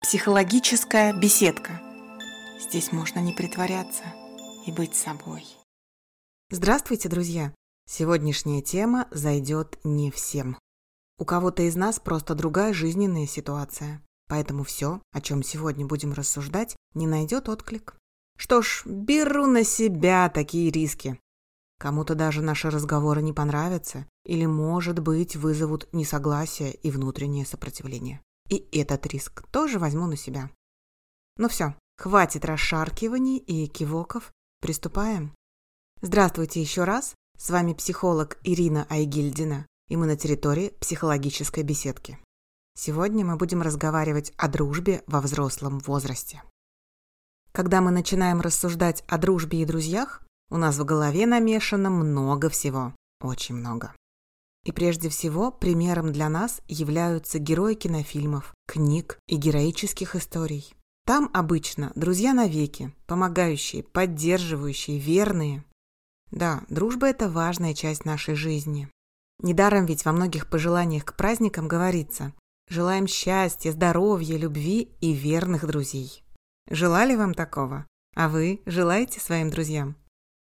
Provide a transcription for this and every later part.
Психологическая беседка. Здесь можно не притворяться и быть собой. Здравствуйте, друзья! Сегодняшняя тема зайдет не всем. У кого-то из нас просто другая жизненная ситуация, поэтому все, о чем сегодня будем рассуждать, не найдет отклик. Что ж, беру на себя такие риски. Кому-то даже наши разговоры не понравятся или, может быть, вызовут несогласие и внутреннее сопротивление. И этот риск тоже возьму на себя. Ну все, хватит расшаркиваний и кивоков. Приступаем. Здравствуйте еще раз. С вами психолог Ирина Айгильдина, и мы на территории психологической беседки. Сегодня мы будем разговаривать о дружбе во взрослом возрасте. Когда мы начинаем рассуждать о дружбе и друзьях, у нас в голове намешано много всего, очень много. И прежде всего примером для нас являются герои кинофильмов, книг и героических историй. Там обычно друзья навеки, помогающие, поддерживающие, верные. Да, дружба – это важная часть нашей жизни. Недаром ведь во многих пожеланиях к праздникам говорится: желаем счастья, здоровья, любви и верных друзей. Желали вам такого? А вы желаете своим друзьям?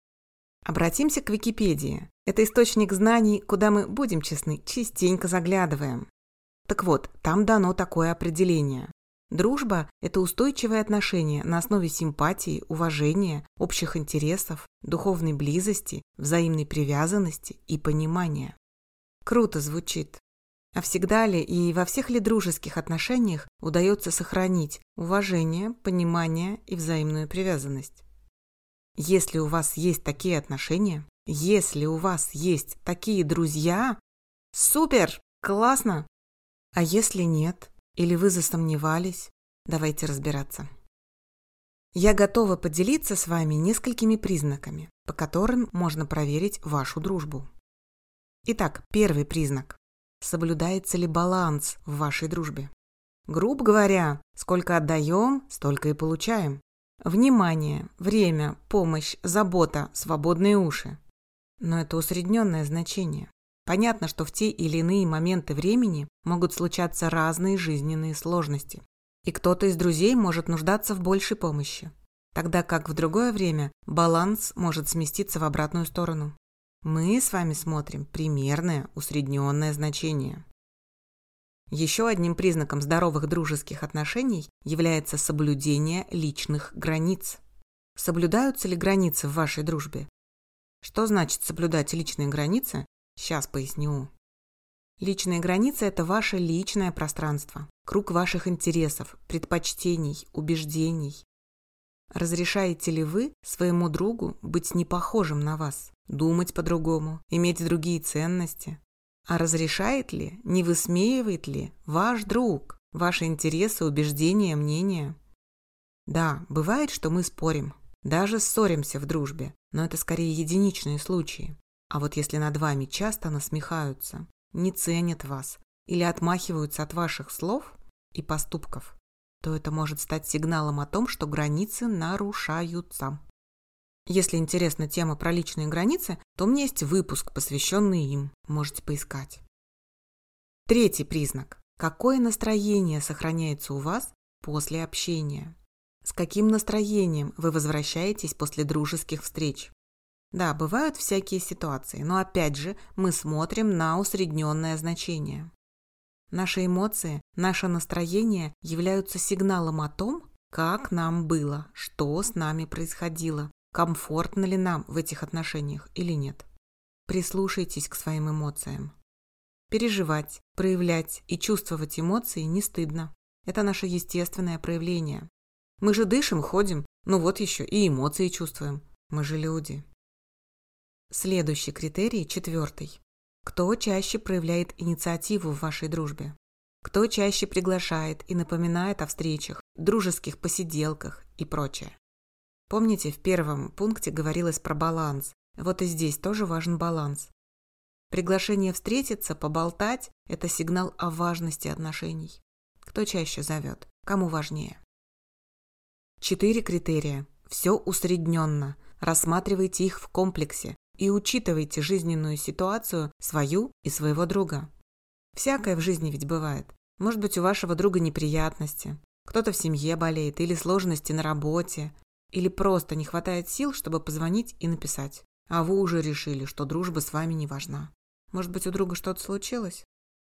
Обратимся к Википедии. Это источник знаний, куда мы, будем честны, частенько заглядываем. Так вот, там дано такое определение. Дружба – это устойчивые отношения на основе симпатии, уважения, общих интересов, духовной близости, взаимной привязанности и понимания. Круто звучит. А всегда ли и во всех ли дружеских отношениях удается сохранить уважение, понимание и взаимную привязанность? Если у вас есть такие отношения, если у вас есть такие друзья, супер, классно! А если нет, или вы засомневались, давайте разбираться. Я готова поделиться с вами несколькими признаками, по которым можно проверить вашу дружбу. Итак, первый признак. Соблюдается ли баланс в вашей дружбе? Грубо говоря, сколько отдаем, столько и получаем. Внимание, время, помощь, забота, свободные уши. Но это усредненное значение. Понятно, что в те или иные моменты времени могут случаться разные жизненные сложности. И кто-то из друзей может нуждаться в большей помощи. Тогда как в другое время баланс может сместиться в обратную сторону. Мы с вами смотрим примерное усредненное значение. Еще одним признаком здоровых дружеских отношений является соблюдение личных границ. Соблюдаются ли границы в вашей дружбе? Что значит соблюдать личные границы? Сейчас поясню. Личные границы – это ваше личное пространство, круг ваших интересов, предпочтений, убеждений. Разрешаете ли вы своему другу быть не похожим на вас, думать по-другому, иметь другие ценности? А разрешает ли, не высмеивает ли ваш друг ваши интересы, убеждения, мнения? Да, бывает, что мы спорим, даже ссоримся в дружбе, но это скорее единичные случаи. А вот если над вами часто насмехаются, не ценят вас или отмахиваются от ваших слов и поступков, то это может стать сигналом о том, что границы нарушаются. Если интересна тема про личные границы, то у меня есть выпуск, посвященный им. Можете поискать. Третий признак. Какое настроение сохраняется у вас после общения? С каким настроением вы возвращаетесь после дружеских встреч? Да, бывают всякие ситуации, но опять же мы смотрим на усредненное значение. Наши эмоции, наше настроение являются сигналом о том, как нам было, что с нами происходило. Комфортно ли нам в этих отношениях или нет? Прислушайтесь к своим эмоциям. Переживать, проявлять и чувствовать эмоции не стыдно. Это наше естественное проявление. Мы же дышим, ходим, вот еще и эмоции чувствуем. Мы же люди. Следующий критерий, четвертый. Кто чаще проявляет инициативу в вашей дружбе? Кто чаще приглашает и напоминает о встречах, дружеских посиделках и прочее? Помните, в первом пункте говорилось про баланс. Вот и здесь тоже важен баланс. Приглашение встретиться, поболтать – это сигнал о важности отношений. Кто чаще зовет? Кому важнее? 4 критерия. Все усредненно. Рассматривайте их в комплексе и учитывайте жизненную ситуацию свою и своего друга. Всякое в жизни ведь бывает. Может быть, у вашего друга неприятности, Кто-то в семье болеет, или сложности на работе, или просто не хватает сил, чтобы позвонить и написать. А вы уже решили, что дружба с вами не важна. Может быть, у друга что-то случилось?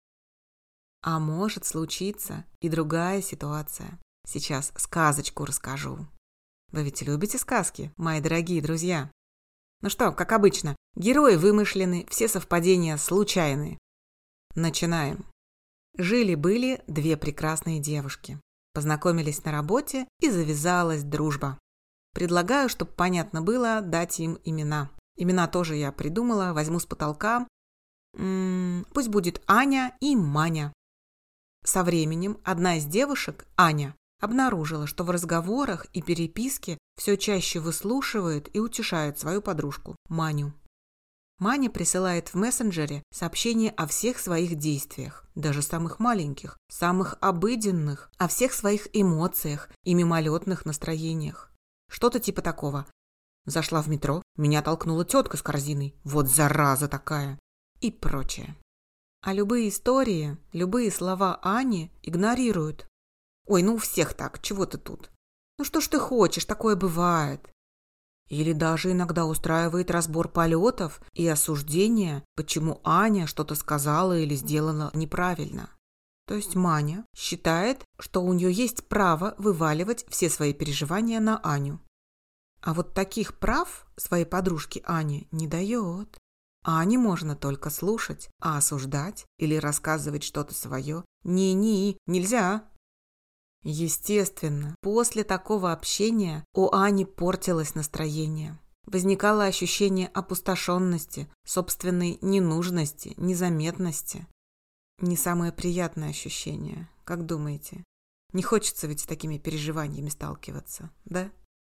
А может случиться и другая ситуация. Сейчас сказочку расскажу. Вы ведь любите сказки, мои дорогие друзья? Ну что, как обычно, герои вымышлены, все совпадения случайны. Начинаем. Жили-были две прекрасные девушки. Познакомились на работе, и завязалась дружба. Предлагаю, чтобы понятно было, дать им имена. Имена тоже я придумала, возьму с потолка. Пусть будет Аня и Маня. Со временем одна из девушек, Аня, обнаружила, что в разговорах и переписке все чаще выслушивает и утешает свою подружку, Маню. Маня присылает в мессенджере сообщения о всех своих действиях, даже самых маленьких, самых обыденных, о всех своих эмоциях и мимолетных настроениях. Что-то типа такого. Зашла в метро, меня толкнула тетка с корзиной, вот зараза такая, и прочее. А любые истории, любые слова Ани игнорируют. Ой, ну у всех так, чего ты тут? Ну что ж ты хочешь, такое бывает. Или даже иногда устраивает разбор полетов и осуждение, почему Аня что-то сказала или сделала неправильно. То есть Маня считает, что у нее есть право вываливать все свои переживания на Аню. А вот таких прав своей подружке Ане не дает. Ане можно только слушать, а осуждать или рассказывать что-то свое нельзя. Естественно, после такого общения у Ани портилось настроение. Возникало ощущение опустошенности, собственной ненужности, незаметности. Не самое приятное ощущение, как думаете? Не хочется ведь с такими переживаниями сталкиваться, да?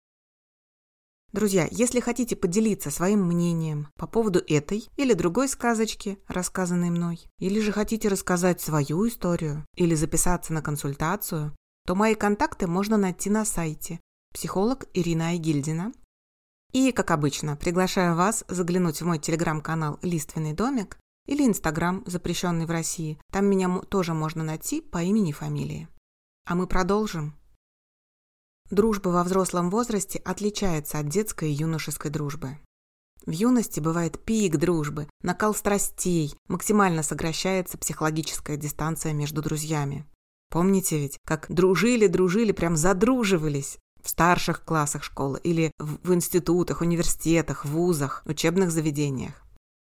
Друзья, если хотите поделиться своим мнением по поводу этой или другой сказочки, рассказанной мной, или же хотите рассказать свою историю или записаться на консультацию, то мои контакты можно найти на сайте психолог Ирина Айгильдина. И, как обычно, приглашаю вас заглянуть в мой телеграм-канал «Лиственный домик» или инстаграм, запрещенный в России. Там меня тоже можно найти по имени и фамилии. А мы продолжим. Дружба во взрослом возрасте отличается от детской и юношеской дружбы. В юности бывает пик дружбы, накал страстей, максимально сокращается психологическая дистанция между друзьями. Помните ведь, как дружили, прям задруживались в старших классах школы или в институтах, университетах, вузах, учебных заведениях.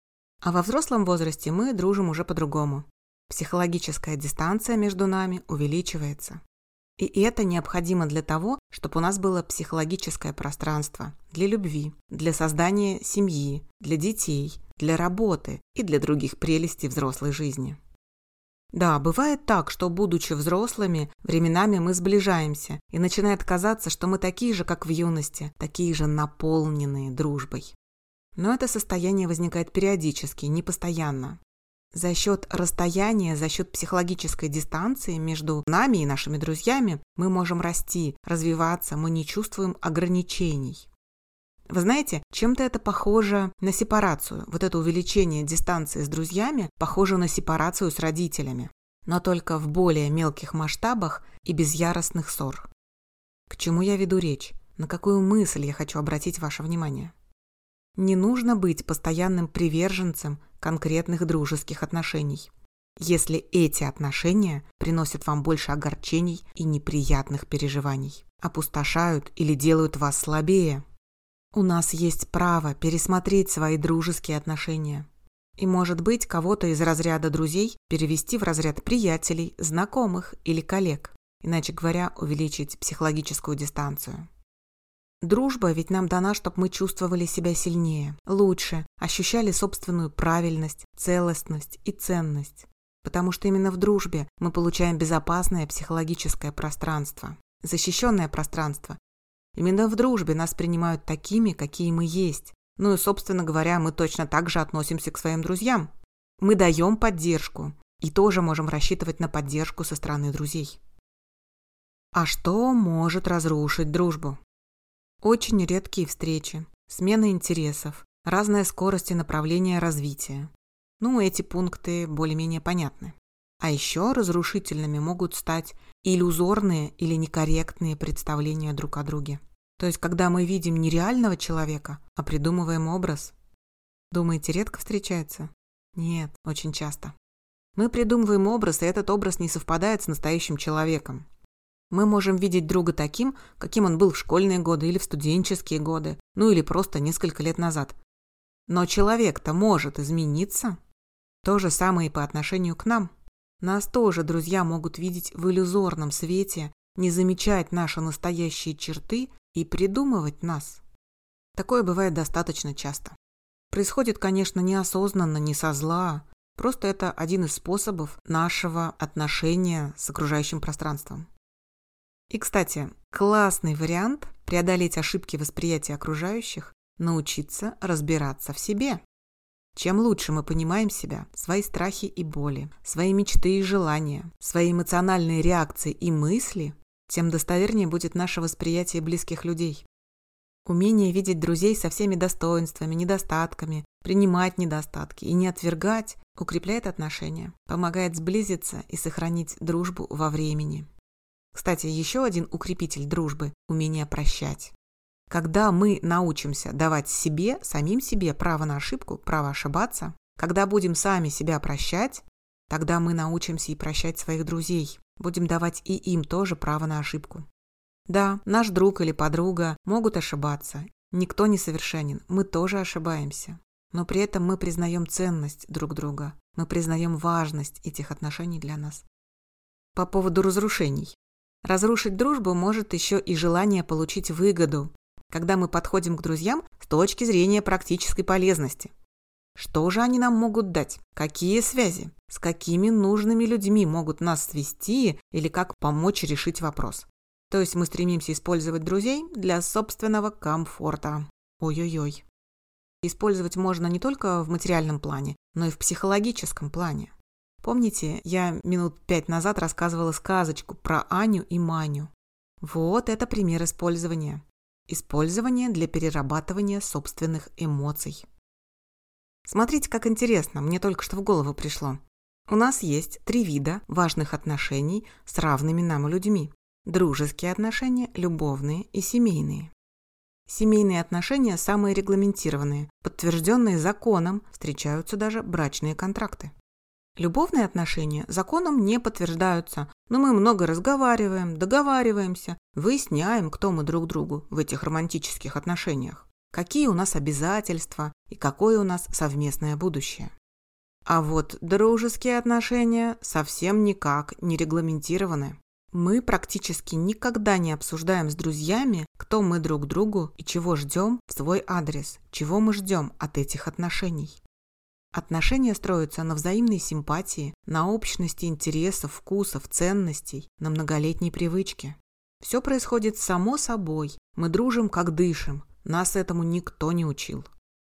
А во взрослом возрасте мы дружим уже по-другому. Психологическая дистанция между нами увеличивается. И это необходимо для того, чтобы у нас было психологическое пространство для любви, для создания семьи, для детей, для работы и для других прелестей взрослой жизни. Да, бывает так, что, будучи взрослыми, временами мы сближаемся, и начинает казаться, что мы такие же, как в юности, такие же наполненные дружбой. Но это состояние возникает периодически, не постоянно. За счет расстояния, за счет психологической дистанции между нами и нашими друзьями мы можем расти, развиваться, мы не чувствуем ограничений. Вы знаете, чем-то это похоже на сепарацию. Вот это увеличение дистанции с друзьями похоже на сепарацию с родителями, но только в более мелких масштабах и без яростных ссор. К чему я веду речь? На какую мысль я хочу обратить ваше внимание? Не нужно быть постоянным приверженцем конкретных дружеских отношений, если эти отношения приносят вам больше огорчений и неприятных переживаний, опустошают или делают вас слабее. У нас есть право пересмотреть свои дружеские отношения. И, может быть, кого-то из разряда друзей перевести в разряд приятелей, знакомых или коллег, иначе говоря, увеличить психологическую дистанцию. Дружба ведь нам дана, чтобы мы чувствовали себя сильнее, лучше, ощущали собственную правильность, целостность и ценность. Потому что именно в дружбе мы получаем безопасное психологическое пространство, защищенное пространство. Именно в дружбе нас принимают такими, какие мы есть. Ну и, собственно говоря, мы точно так же относимся к своим друзьям. Мы даем поддержку и тоже можем рассчитывать на поддержку со стороны друзей. А что может разрушить дружбу? Очень редкие встречи, смена интересов, разная скорость и направление развития. Ну, эти пункты более-менее понятны. А еще разрушительными могут стать иллюзорные или некорректные представления друг о друге. То есть, когда мы видим не реального человека, а придумываем образ. Думаете, редко встречается? Нет, очень часто. Мы придумываем образ, и этот образ не совпадает с настоящим человеком. Мы можем видеть друга таким, каким он был в школьные годы или в студенческие годы, ну или просто несколько лет назад. Но человек-то может измениться. То же самое и по отношению к нам. Нас тоже друзья могут видеть в иллюзорном свете, не замечать наши настоящие черты и придумывать нас. Такое бывает достаточно часто. Происходит, конечно, неосознанно, не со зла. Просто это один из способов нашего отношения с окружающим пространством. И, кстати, классный вариант преодолеть ошибки восприятия окружающих – научиться разбираться в себе. Чем лучше мы понимаем себя, свои страхи и боли, свои мечты и желания, свои эмоциональные реакции и мысли, тем достовернее будет наше восприятие близких людей. Умение видеть друзей со всеми достоинствами, недостатками, принимать недостатки и не отвергать укрепляет отношения, помогает сблизиться и сохранить дружбу во времени. Кстати, еще один укрепитель дружбы – умение прощать. Когда мы научимся давать себе, самим себе право на ошибку, право ошибаться, когда будем сами себя прощать, тогда мы научимся и прощать своих друзей, будем давать и им тоже право на ошибку. Да, наш друг или подруга могут ошибаться, никто не совершенен, мы тоже ошибаемся, но при этом мы признаем ценность друг друга, мы признаем важность этих отношений для нас. По поводу разрушений. Разрушить дружбу может еще и желание получить выгоду, когда мы подходим к друзьям с точки зрения практической полезности. Что же они нам могут дать? Какие связи? С какими нужными людьми могут нас свести или как помочь решить вопрос? То есть мы стремимся использовать друзей для собственного комфорта. Ой-ой-ой. Использовать можно не только в материальном плане, но и в психологическом плане. Помните, я минут 5 назад рассказывала сказочку про Аню и Маню? Вот это пример использования. Использование для перерабатывания собственных эмоций. Смотрите, как интересно, мне только что в голову пришло. У нас есть 3 вида важных отношений с равными нам людьми. Дружеские отношения, любовные и семейные. Семейные отношения самые регламентированные, подтвержденные законом, встречаются даже брачные контракты. Любовные отношения законом не подтверждаются, но мы много разговариваем, договариваемся, выясняем, кто мы друг другу в этих романтических отношениях, какие у нас обязательства и какое у нас совместное будущее. А вот дружеские отношения совсем никак не регламентированы. Мы практически никогда не обсуждаем с друзьями, кто мы друг другу и чего ждем в свой адрес, чего мы ждем от этих отношений. Отношения строятся на взаимной симпатии, на общности интересов, вкусов, ценностей, на многолетней привычке. Все происходит само собой, мы дружим как дышим, нас этому никто не учил.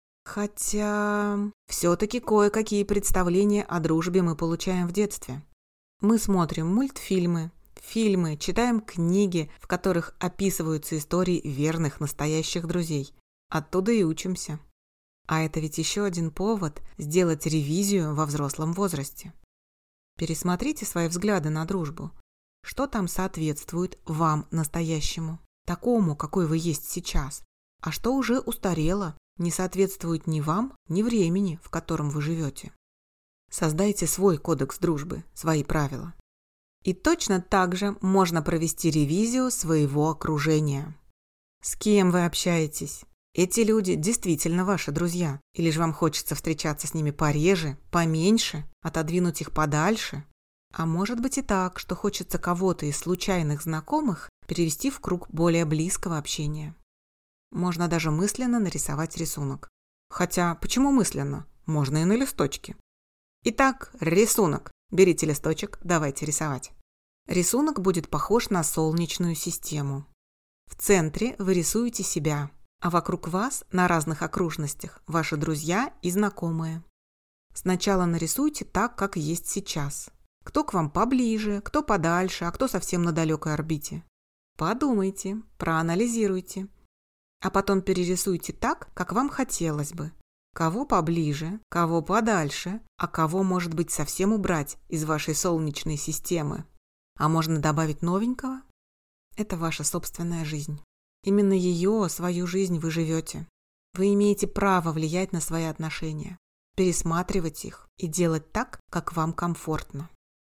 Хотя все-таки кое-какие представления о дружбе мы получаем в детстве. Мы смотрим мультфильмы, фильмы, читаем книги, в которых описываются истории верных настоящих друзей. Оттуда и учимся. А это ведь еще один повод сделать ревизию во взрослом возрасте. Пересмотрите свои взгляды на дружбу. Что там соответствует вам настоящему, такому, какой вы есть сейчас, а что уже устарело, не соответствует ни вам, ни времени, в котором вы живете. Создайте свой кодекс дружбы, свои правила. И точно так же можно провести ревизию своего окружения. С кем вы общаетесь? Эти люди действительно ваши друзья? Или же вам хочется встречаться с ними пореже, поменьше, отодвинуть их подальше? А может быть и так, что хочется кого-то из случайных знакомых перевести в круг более близкого общения. Можно даже мысленно нарисовать рисунок. Хотя, почему мысленно? Можно и на листочке. Итак, рисунок. Берите листочек, давайте рисовать. Рисунок будет похож на солнечную систему. В центре вы рисуете себя, а вокруг вас на разных окружностях ваши друзья и знакомые. Сначала нарисуйте так, как есть сейчас. Кто к вам поближе, кто подальше, а кто совсем на далекой орбите. Подумайте, проанализируйте. А потом перерисуйте так, как вам хотелось бы. кого поближе, кого подальше, а кого, может быть, совсем убрать из вашей солнечной системы. А можно добавить новенького? Это ваша собственная жизнь. Именно ее, свою жизнь вы живете. Вы имеете право влиять на свои отношения, пересматривать их и делать так, как вам комфортно.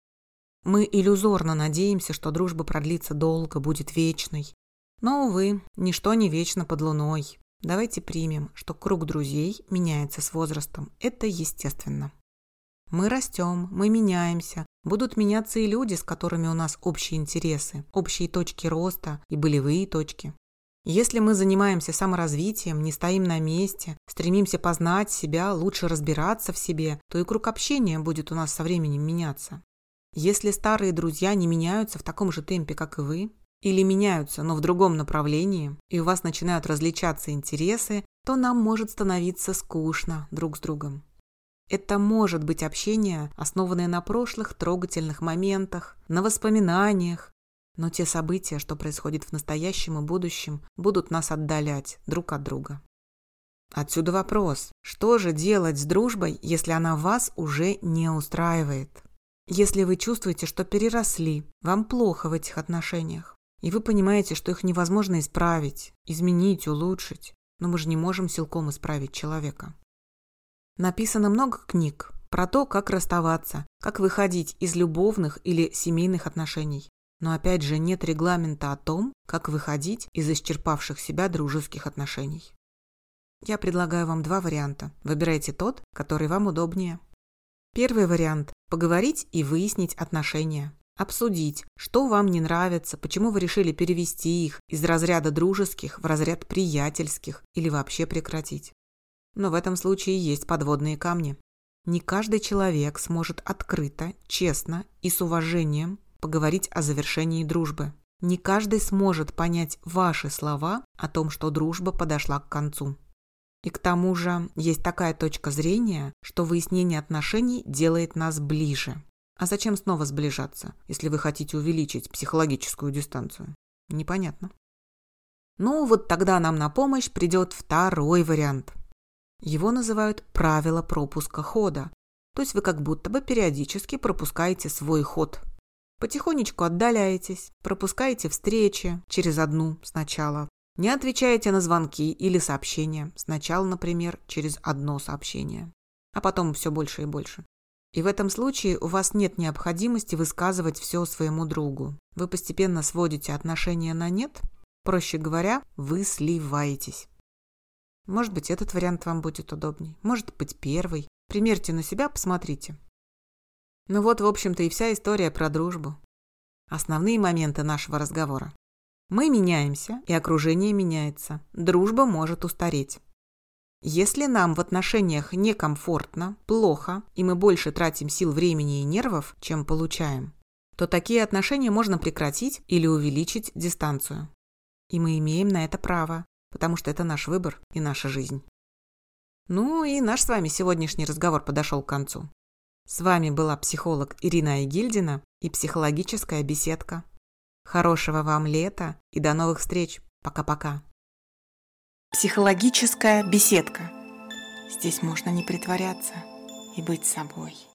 Мы иллюзорно надеемся, что дружба продлится долго, будет вечной. Но, увы, ничто не вечно под луной. Давайте примем, что круг друзей меняется с возрастом. Это естественно. Мы растем, мы меняемся. Будут меняться и люди, с которыми у нас общие интересы, общие точки роста и болевые точки. Если мы занимаемся саморазвитием, не стоим на месте, стремимся познать себя, лучше разбираться в себе, то и круг общения будет у нас со временем меняться. Если старые друзья не меняются в таком же темпе, как и вы, или меняются, но в другом направлении, и у вас начинают различаться интересы, то нам может становиться скучно друг с другом. Это может быть общение, основанное на прошлых трогательных моментах, на воспоминаниях, но те события, что происходят в настоящем и будущем, будут нас отдалять друг от друга. Отсюда вопрос, что же делать с дружбой, если она вас уже не устраивает? Если вы чувствуете, что переросли, вам плохо в этих отношениях, и вы понимаете, что их невозможно исправить, изменить, улучшить, но мы же не можем силком исправить человека. Написано много книг про то, как расставаться, как выходить из любовных или семейных отношений. Но опять же нет регламента о том, как выходить из исчерпавших себя дружеских отношений. Я предлагаю вам два варианта. Выбирайте тот, который вам удобнее. Первый вариант – поговорить и выяснить отношения. Обсудить, что вам не нравится, почему вы решили перевести их из разряда дружеских в разряд приятельских или вообще прекратить. Но в этом случае есть подводные камни. Не каждый человек сможет открыто, честно и с уважением поговорить о завершении дружбы. Не каждый сможет понять ваши слова о том, что дружба подошла к концу. И к тому же есть такая точка зрения, что выяснение отношений делает нас ближе. А зачем снова сближаться, если вы хотите увеличить психологическую дистанцию? Непонятно. Ну вот тогда нам на помощь придет второй вариант. Его называют правило пропуска хода. То есть вы как будто бы периодически пропускаете свой ход. Потихонечку отдаляетесь, пропускаете встречи через одну сначала. Не отвечаете на звонки или сообщения. Сначала, например, через одно сообщение. А потом все больше и больше. И в этом случае у вас нет необходимости высказывать все своему другу. Вы постепенно сводите отношения на нет. Проще говоря, вы сливаетесь. Может быть, этот вариант вам будет удобней. Может быть, первый. Примерьте на себя, посмотрите. Ну вот, в общем-то, и вся история про дружбу. Основные моменты нашего разговора. Мы меняемся, и окружение меняется. Дружба может устареть. Если нам в отношениях некомфортно, плохо, и мы больше тратим сил, времени и нервов, чем получаем, то такие отношения можно прекратить или увеличить дистанцию. И мы имеем на это право, потому что это наш выбор и наша жизнь. Ну и наш с вами сегодняшний разговор подошел к концу. С вами была психолог Ирина Айгильдина и психологическая беседка. Хорошего вам лета и до новых встреч. Пока-пока. Психологическая беседка. Здесь можно не притворяться и быть собой.